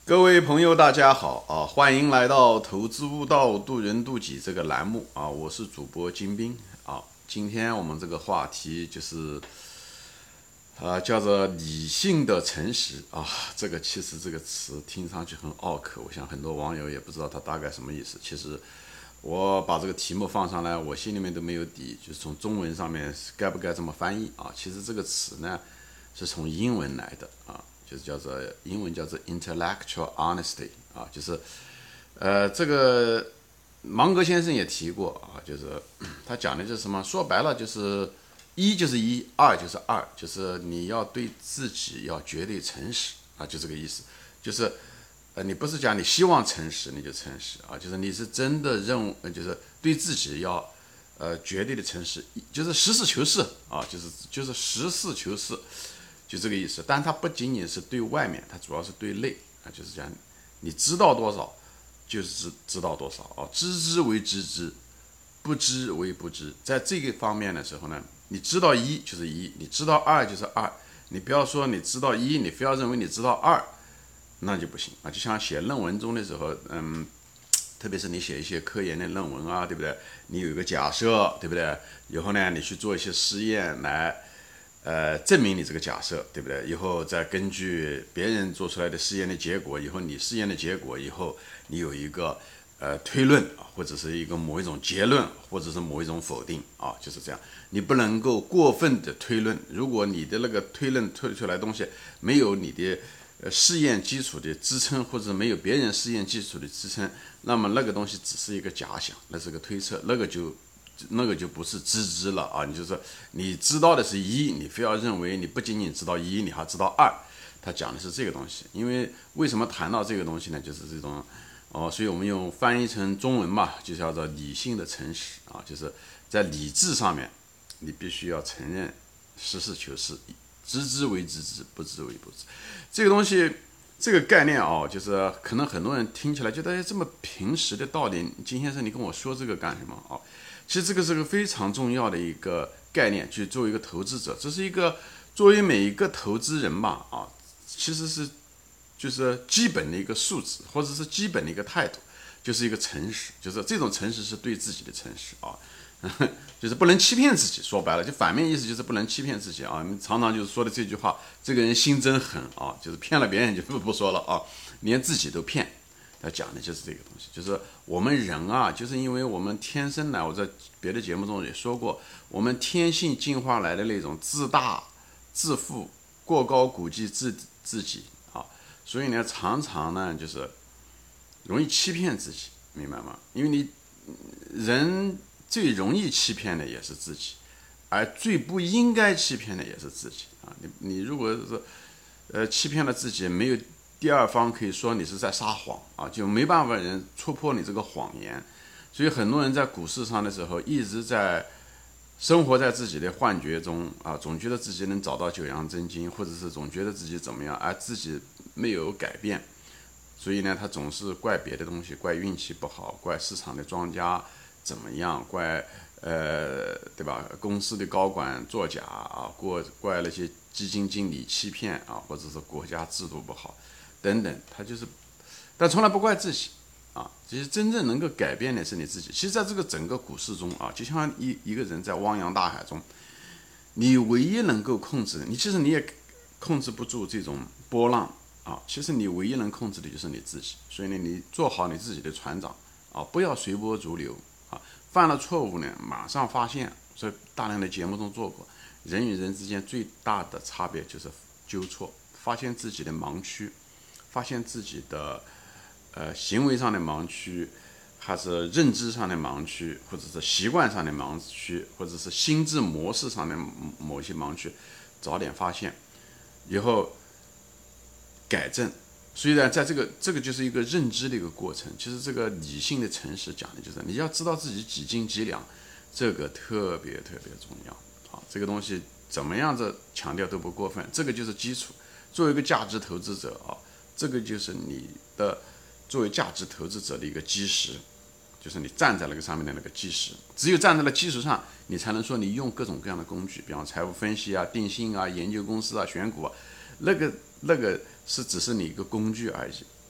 各位朋友，大家好啊！欢迎来到投资悟道，渡人渡己这个栏目啊！我是主播金兵啊。今天我们这个话题就是叫做理性的诚实啊。其实这个词听上去很拗口，我想很多网友也不知道它大概什么意思。其实我把这个题目放上来，我心里面都没有底，就是从中文上面该不该这么翻译啊？其实这个词呢是从英文来的啊。就是英文叫做 intellectual honesty 啊，就是这个芒格先生也提过啊，就是他讲的就是什么，说白了就是一就是一，二就是二，就是你要对自己要绝对诚实啊，就这个意思，就是你不是讲你希望诚实你就诚实啊，就是你是真的就是对自己要绝对的诚实，就是实事求是啊，就是实事求是。就这个意思，但它不仅仅是对外面，它主要是对内啊，就是讲你知道多少，就是知道多少啊，知之为知之，不知为不知。在这个方面的时候呢，你知道一就是一，你知道二就是二，你不要说你知道一，你非要认为你知道二，那就不行啊。就像写论文中的时候，特别是你写一些科研的论文啊，对不对？你有一个假设，对不对？以后呢，你去做一些实验来。证明你这个假设，对不对？以后再根据别人做出来的试验的结果，以后你试验的结果，以后你有一个推论或者是一个某一种结论，或者是某一种否定啊，就是这样。你不能够过分的推论，如果你的那个推论推出来的东西没有你的试验基础的支撑，或者没有别人试验基础的支撑，那么那个东西只是一个假想，那是个推测，那个就不是知了啊！你就是你知道的是一，你非要认为你不仅仅知道一，你还知道二。他讲的是这个东西，因为为什么谈到这个东西呢？就是这种所以我们用翻译成中文嘛，就叫做理性的诚实啊，就是在理智上面，你必须要承认实事求是，知之为知之，不知为不知。这个东西。这个概念就是可能很多人听起来觉得，哎，这么平时的道理，金先生你跟我说这个干什么啊？其实这个是个非常重要的一个概念，去作为一个投资者，这是一个作为每一个投资人吧其实就是基本的一个素质，或者是基本的一个态度，就是一个诚实，就是这种诚实是对自己的诚实啊。就是不能欺骗自己，说白了，就反面意思就是不能欺骗自己啊。你常常就是说的这句话，这个人心真狠啊，就是骗了别人就不说了啊，连自己都骗。他讲的就是这个东西，就是我们人啊，就是因为我们天生来，我在别的节目中也说过，我们天性进化来的那种自大、自负、过高估计自己啊，所以呢，常常呢就是容易欺骗自己，明白吗？因为人最容易欺骗的也是自己，而最不应该欺骗的也是自己啊。你如果是欺骗了自己，没有第二方可以说你是在撒谎啊，就没办法人戳破你这个谎言。所以很多人在股市上的时候一直在生活在自己的幻觉中啊，总觉得自己能找到九阳真经，或者是总觉得自己怎么样，而自己没有改变。所以呢，他总是怪别的东西，怪运气不好，怪市场的庄家怎么样，怪对吧？公司的高管作假啊，怪那些基金经理欺骗啊，或者是国家制度不好等等，他就是，但从来不怪自己啊。其实真正能够改变的是你自己。其实，在这个整个股市中啊，就像一个人在汪洋大海中，你唯一能够控制的，其实你也控制不住这种波浪。其实你唯一能控制的就是你自己，所以呢，你做好你自己的船长不要随波逐流犯了错误呢，马上发现。所以大量的节目中做过，人与人之间最大的差别就是纠错，发现自己的盲区，发现自己的行为上的盲区，还是认知上的盲区，或者是习惯上的盲区，或者是心智模式上的某些盲区，早点发现，以后改正。虽然在这个就是一个认知的一个过程，其实这个理性的诚实讲的就是你要知道自己几斤几两，这个特别特别重要这个东西怎么样子强调都不过分，这个就是基础。作为一个价值投资者这个就是你的作为价值投资者的一个基石，就是你站在那个上面的那个基石。只有站在了基石上，你才能说你用各种各样的工具，比方财务分析啊、定性啊、研究公司啊、选股那个是只是你一个工具而已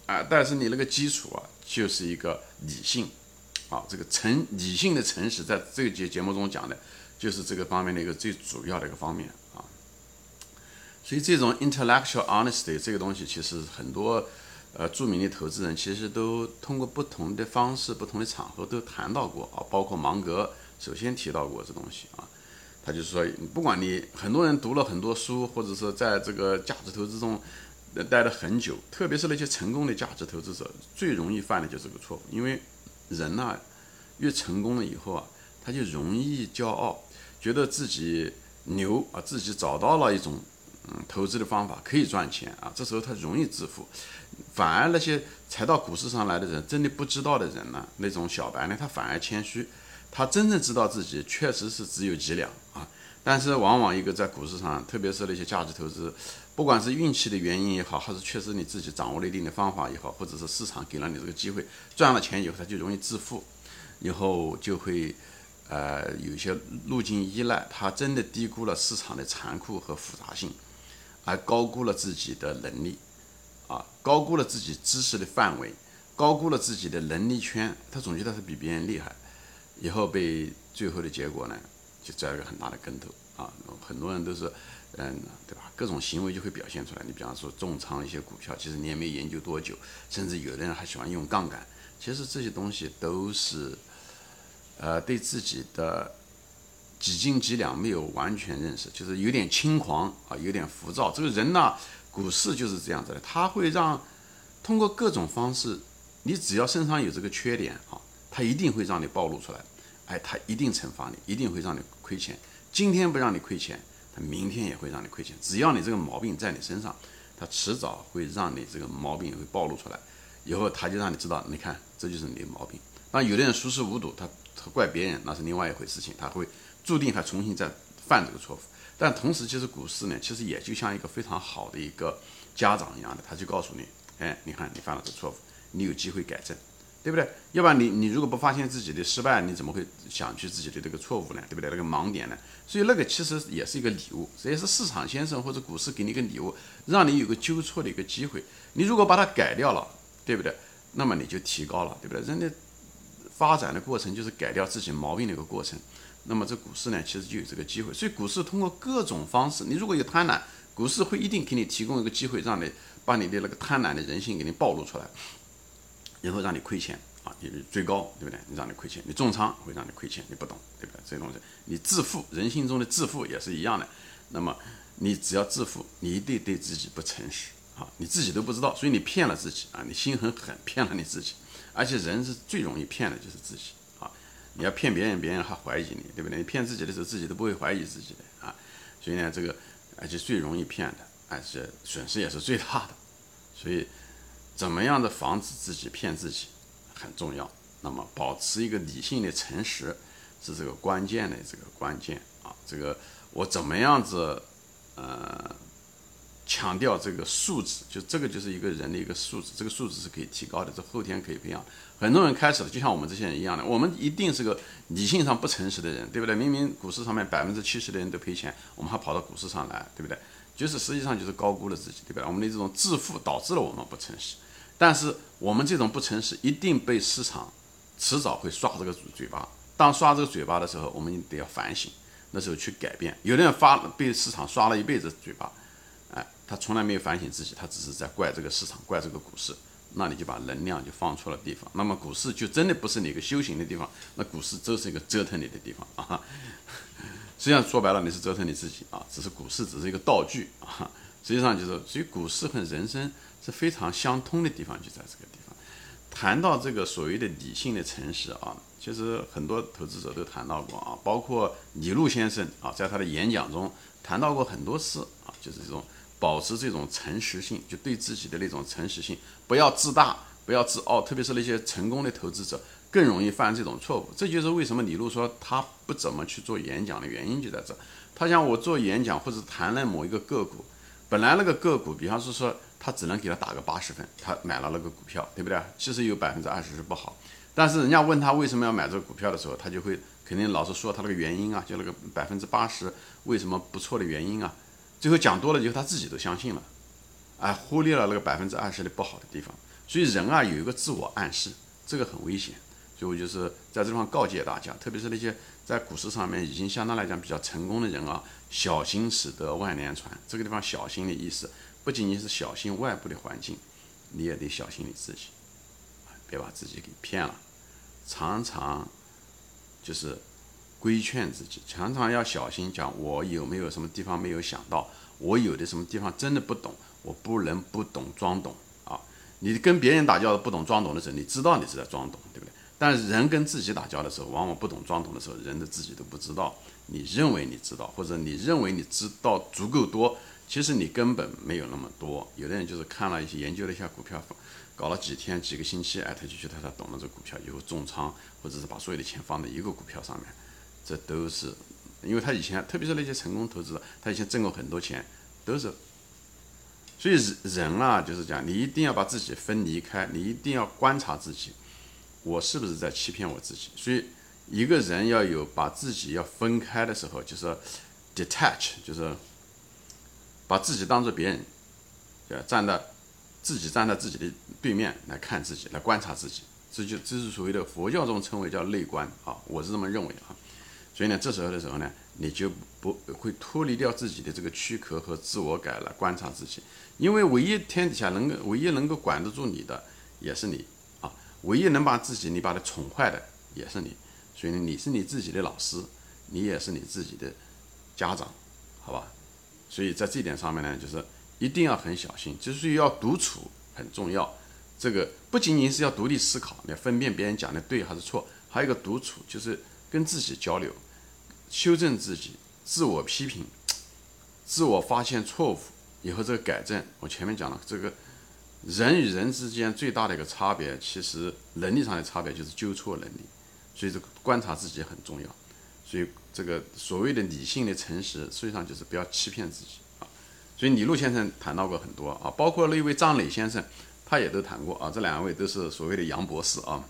啊，但是你那个基础啊，就是一个理性啊，这个理性的诚实，在这个节目中讲的，就是这个方面的一个最主要的一个方面啊。所以这种 intellectual honesty 这个东西，其实很多著名的投资人其实都通过不同的方式、不同的场合都谈到过啊，包括芒格首先提到过这东西啊。他就是说，不管你很多人读了很多书，或者说在这个价值投资中待了很久，特别是那些成功的价值投资者，最容易犯的就是这个错误。因为人呐、越成功了以后啊，他就容易骄傲，觉得自己牛啊，自己找到了一种投资的方法可以赚钱啊，这时候他容易致富。反而那些才到股市上来的人，真的不知道的人呢，那种小白呢，他反而谦虚。他真正知道自己确实是只有几两啊，但是往往一个在股市上，特别是那些价值投资，不管是运气的原因也好，还是确实你自己掌握了一定的方法也好，或者是市场给了你这个机会，赚了钱以后他就容易致富，以后就会有一些路径依赖，他真的低估了市场的残酷和复杂性，而高估了自己的能力啊，高估了自己知识的范围，高估了自己的能力圈，他总觉得他比别人厉害。以后被最后的结果呢，就栽了个很大的跟头啊！很多人都是，对吧？各种行为就会表现出来。你比方说重仓一些股票，其实你也没研究多久，甚至有的人还喜欢用杠杆。其实这些东西都是，对自己的几斤几两没有完全认识，就是有点轻狂啊，有点浮躁。这个人呢，股市就是这样子的，他会让通过各种方式，你只要身上有这个缺点啊。他一定会让你暴露出来，哎，他一定惩罚你，一定会让你亏钱。今天不让你亏钱，他明天也会让你亏钱。只要你这个毛病在你身上，他迟早会让你这个毛病会暴露出来。以后他就让你知道，你看这就是你的毛病。那有的人熟视无睹，他怪别人，那是另外一回事情，他会注定还重新再犯这个错误。但同时，其实股市呢，其实也就像一个非常好的一个家长一样的，他就告诉你，哎，你看你犯了这错误，你有机会改正。对不对？要不然你如果不发现自己的失败，你怎么会想去自己的这个错误呢？对不对？那个盲点呢？所以那个其实也是一个礼物，这也是市场先生或者股市给你一个礼物，让你有个纠错的一个机会。你如果把它改掉了，对不对？那么你就提高了，对不对？人的发展的过程就是改掉自己毛病的一个过程。那么这股市呢，其实就有这个机会。所以股市通过各种方式，你如果有贪婪，股市会一定给你提供一个机会，让你把你的那个贪婪的人性给你暴露出来。然后让你亏钱啊，你追高，对不对？你让你亏钱，你重仓会让你亏钱，你不懂，对不对？这些东西，你致富，人性中的致富也是一样的。那么你只要致富，你一定对自己不诚实啊，你自己都不知道，所以你骗了自己啊，你心很狠，骗了你自己。而且人是最容易骗的就是自己啊，你要骗别人，别人还怀疑你，对不对？你骗自己的时候，自己都不会怀疑自己的啊。所以呢，这个而且最容易骗的，而且损失也是最大的。所以怎么样的防止自己骗自己很重要。那么保持一个理性的诚实是这个关键的这个关键啊。这个我怎么样子强调这个素质，就这个就是一个人的一个素质，这个素质是可以提高的，这后天可以培养。很多人开始了，就像我们这些人一样的，我们一定是个理性上不诚实的人，对不对？明明股市上面70%的人都赔钱，我们还跑到股市上来，对不对？就是实际上就是高估了自己，对吧？我们的这种自负导致了我们不诚实，但是我们这种不诚实一定被市场迟早会刷这个嘴巴。当刷这个嘴巴的时候，我们得要反省，那时候去改变。有的人被市场刷了一辈子嘴巴，哎，他从来没有反省自己，他只是在怪这个市场，怪这个股市。那你就把能量就放错了地方，那么股市就真的不是你一个修行的地方，那股市就是一个折腾你的地方啊。实际上说白了，你是折腾你自己啊，只是股市只是一个道具啊。实际上就是，所以股市和人生是非常相通的地方，就在这个地方。谈到这个所谓的理性的诚实啊，其实很多投资者都谈到过啊，包括李路先生啊，在他的演讲中谈到过很多次啊，就是这种保持这种诚实性，就对自己的那种诚实性，不要自大，不要自傲，特别是那些成功的投资者更容易犯这种错误。这就是为什么李路说他不怎么去做演讲的原因就在这。他想我做演讲或者谈论某一个个股，本来那个个股，比方说他只能给他打个80分，他买了那个股票，对不对？其实有20%是不好，但是人家问他为什么要买这个股票的时候，他就会肯定老是说他那个原因啊，就那个80%为什么不错的原因啊。最后讲多了以后，他自己都相信了，忽略了那个20%的不好的地方。 所以人啊有一个自我暗示，这个很危险。所以我就是在这地方告诫大家，特别是那些在股市上面已经相当来讲比较成功的人啊，小心驶得万年船。这个地方小心的意思，不仅仅是小心外部的环境，你也得小心你自己，别把自己给骗了。常常就是规劝自己，常常要小心，讲我有没有什么地方没有想到，我有的什么地方真的不懂，我不能不懂装懂啊。你跟别人打交道不懂装懂的时候，你知道你是在装懂，对不对？但是人跟自己打交道的时候，往往不懂装懂的时候，人的自己都不知道。你认为你知道，或者你认为你知道足够多，其实你根本没有那么多。有的人就是看了一些研究了一下股票，搞了几天几个星期，他就觉得他懂了这股票，以后重仓，或者是把所有的钱放在一个股票上面，这都是因为他以前，特别是那些成功投资者，他以前挣过很多钱，都是。所以人啊，就是讲，你一定要把自己分离开，你一定要观察自己，我是不是在欺骗我自己？所以一个人要有把自己要分开的时候，就是 detach， 就是把自己当作别人，站在自己的对面来看自己，来观察自己，这是所谓的佛教中称为叫内观啊，我是这么认为啊。所以呢，这时候呢，你就不会脱离掉自己的这个躯壳和自我感来观察自己，因为唯一天底下唯一能够管得住你的也是你啊，唯一能把你把它宠坏的也是你，所以呢，你是你自己的老师，你也是你自己的家长，好吧？所以在这点上面呢，就是一定要很小心，就是要独处很重要。这个不仅仅是要独立思考，你要分辨别人讲的对还是错，还有一个独处，就是跟自己交流，修正自己，自我批评，自我发现错误以后这个改正。我前面讲了，这个人与人之间最大的一个差别，其实能力上的差别就是纠错能力，所以这个观察自己很重要。所以这个所谓的理性的诚实，实际上就是不要欺骗自己啊。所以李路先生谈到过很多啊，包括那位张磊先生，他也都谈过啊。这两位都是所谓的杨博士啊。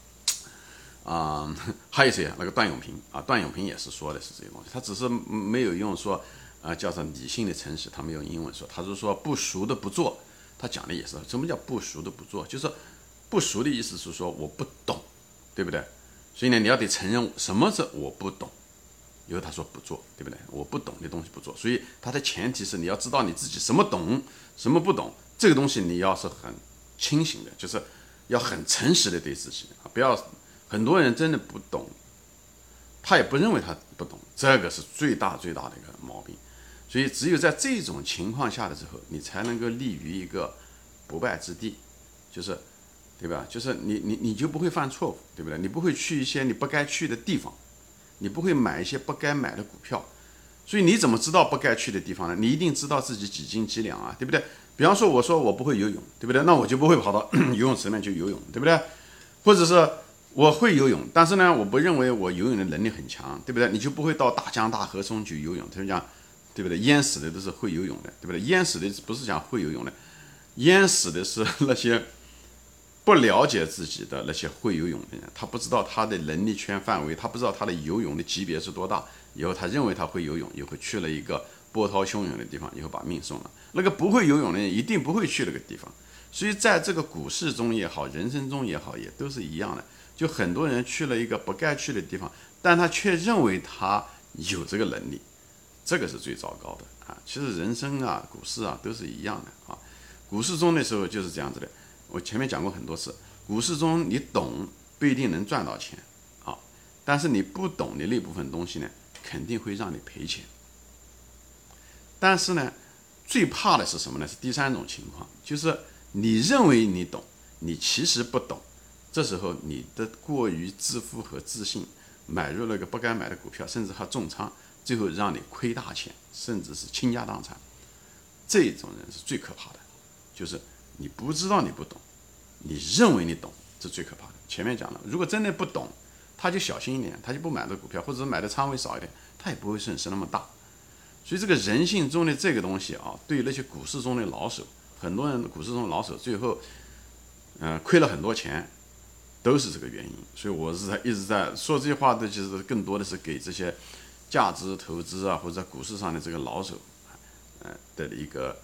还有谁啊？那个段永平啊，段永平也是说的是这些东西，他只是没有用说叫做理性的诚实，他没有英文说，他是说不熟的不做。他讲的也是什么叫不熟的不做，就是不熟的意思是说我不懂，对不对？所以呢，你要得承认什么是我不懂，以后他说不做，对不对？我不懂的东西不做，所以他的前提是你要知道你自己什么懂，什么不懂，这个东西你要是很清醒的，就是要很诚实的对自己啊，不要很多人真的不懂，他也不认为他不懂，这个是最大的一个毛病。所以只有在这种情况下的时候，你才能够立于一个不败之地，就是对吧？就是你就不会犯错误，对不对？你不会去一些你不该去的地方，你不会买一些不该买的股票。所以你怎么知道不该去的地方呢？你一定知道自己几斤几两啊，对不对？比方说我说我不会游泳，对不对？那我就不会跑到游泳池里面去游泳，对不对？或者是我会游泳，但是呢，我不认为我游泳的能力很强，对不对？你就不会到大江大河中去游泳，他就讲，对不对？淹死的都是会游泳的，对不对？淹死的不是讲会游泳的，淹死的是那些不了解自己的那些会游泳的人，他不知道他的能力圈范围，他不知道他的游泳的级别是多大，以后他认为他会游泳，以后去了一个波涛汹涌的地方，以后把命送了。那个不会游泳的人一定不会去那个地方。所以在这个股市中也好，人生中也好，也都是一样的。就很多人去了一个不该去的地方，但他却认为他有这个能力，这个是最糟糕的啊！其实人生啊、股市啊都是一样的啊。股市中的时候就是这样子的，我前面讲过很多次，股市中你懂不一定能赚到钱啊，但是你不懂的那部分东西呢，肯定会让你赔钱。但是呢，最怕的是什么呢？是第三种情况，就是你认为你懂，你其实不懂。这时候你的过于自负和自信，买入了个不该买的股票，甚至还重仓，最后让你亏大钱，甚至是倾家荡产。这种人是最可怕的，就是你不知道你不懂，你认为你懂，这最可怕的。前面讲了，如果真的不懂，他就小心一点，他就不买这股票，或者是买的仓位少一点，他也不会损失那么大。所以这个人性中的这个东西啊，对于那些股市中的老手，很多人股市中的老手最后亏了很多钱，都是这个原因。所以我是一直在说这些话的，就是更多的是给这些价值投资啊，或者在股市上的这个老手的一个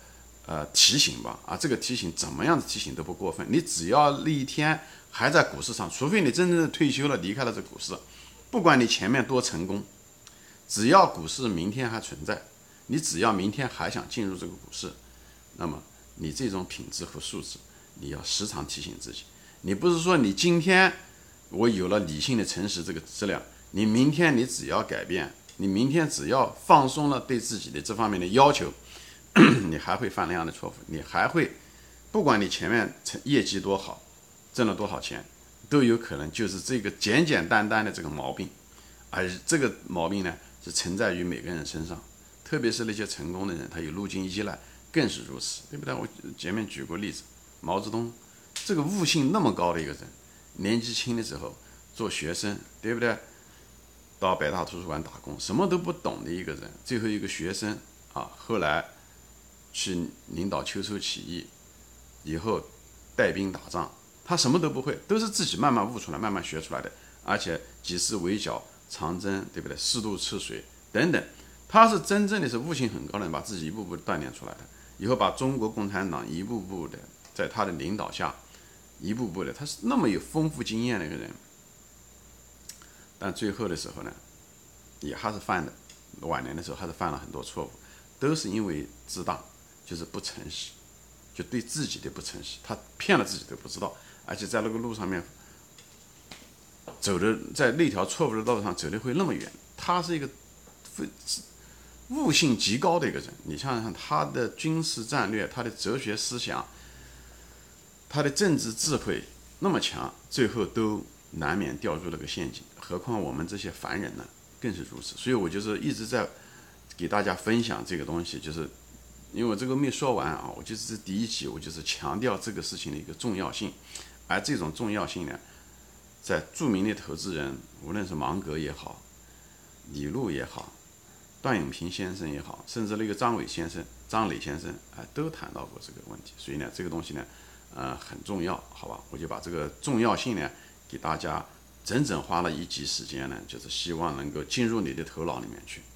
提醒吧，这个提醒怎么样的提醒都不过分。你只要那一天还在股市上，除非你真正的退休了，离开了这股市，不管你前面多成功，只要股市明天还存在，你只要明天还想进入这个股市，那么你这种品质和素质，你要时常提醒自己。你不是说你今天我有了理性的诚实这个质量，你明天你只要改变，你明天只要放松了对自己的这方面的要求，你还会犯那样的错误，你还会，不管你前面业绩多好，挣了多少钱，都有可能就是这个简简单单的这个毛病，而这个毛病呢是存在于每个人身上，特别是那些成功的人，他有路径依赖，更是如此，对不对？我前面举过例子，毛泽东这个悟性那么高的一个人，年纪轻的时候做学生，对不对？到北大图书馆打工，什么都不懂的一个人，最后一个学生后来去领导秋收起义，以后带兵打仗，他什么都不会，都是自己慢慢悟出来、慢慢学出来的。而且几次围剿长征，对不对？4渡赤水等等，他是真正的是悟性很高的人，把自己一步步锻炼出来的。以后把中国共产党一步步的在他的领导下，一步步的，他是那么有丰富经验的一个人。但最后的时候呢，也还是犯的，晚年的时候还是犯了很多错误，都是因为自大，就是不诚实，就对自己的不诚实，他骗了自己都不知道，而且在那个路上面走的，在那条错误的道路上走的会那么远。他是一个悟性极高的一个人，你想想看，他的军事战略，他的哲学思想，他的政治智慧那么强，最后都难免掉入了个陷阱，何况我们这些凡人呢，更是如此。所以我就是一直在给大家分享这个东西，就是因为我这个没说完我就是第一集，我就是强调这个事情的一个重要性，而这种重要性呢，在著名的投资人，无论是芒格也好，李路也好，段永平先生也好，甚至那个张磊先生都谈到过这个问题。所以呢，这个东西呢，很重要，好吧？我就把这个重要性呢，给大家整整花了1集时间呢，就是希望能够进入你的头脑里面去，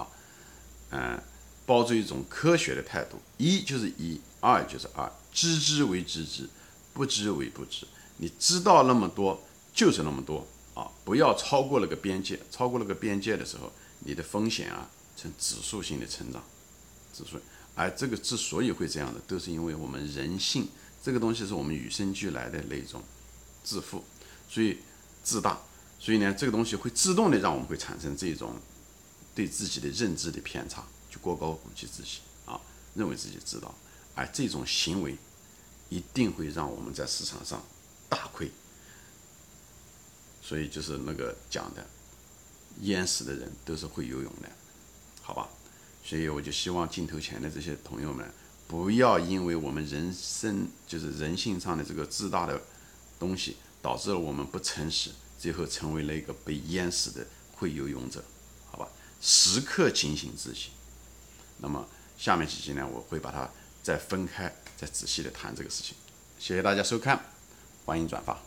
抱着一种科学的态度，一就是一，二就是二，知之为知之，不知为不知。你知道那么多就是那么多不要超过了个边界，超过了个边界的时候，你的风险呈指数性的成长，而这个之所以会这样的，都是因为我们人性这个东西是我们与生俱来的那种自负，所以自大，所以呢，这个东西会自动的让我们会产生这种对自己的认知的偏差，就过高估计自己认为自己知道，而这种行为一定会让我们在市场上大亏。所以就是那个讲的，淹死的人都是会游泳的，好吧？所以我就希望镜头前的这些朋友们，不要因为我们人生就是人性上的这个自大的东西，导致了我们不诚实，最后成为了一个被淹死的会游泳者，好吧？时刻警醒自己。那么下面几集呢，我会把它再分开，再仔细的谈这个事情。谢谢大家收看，欢迎转发。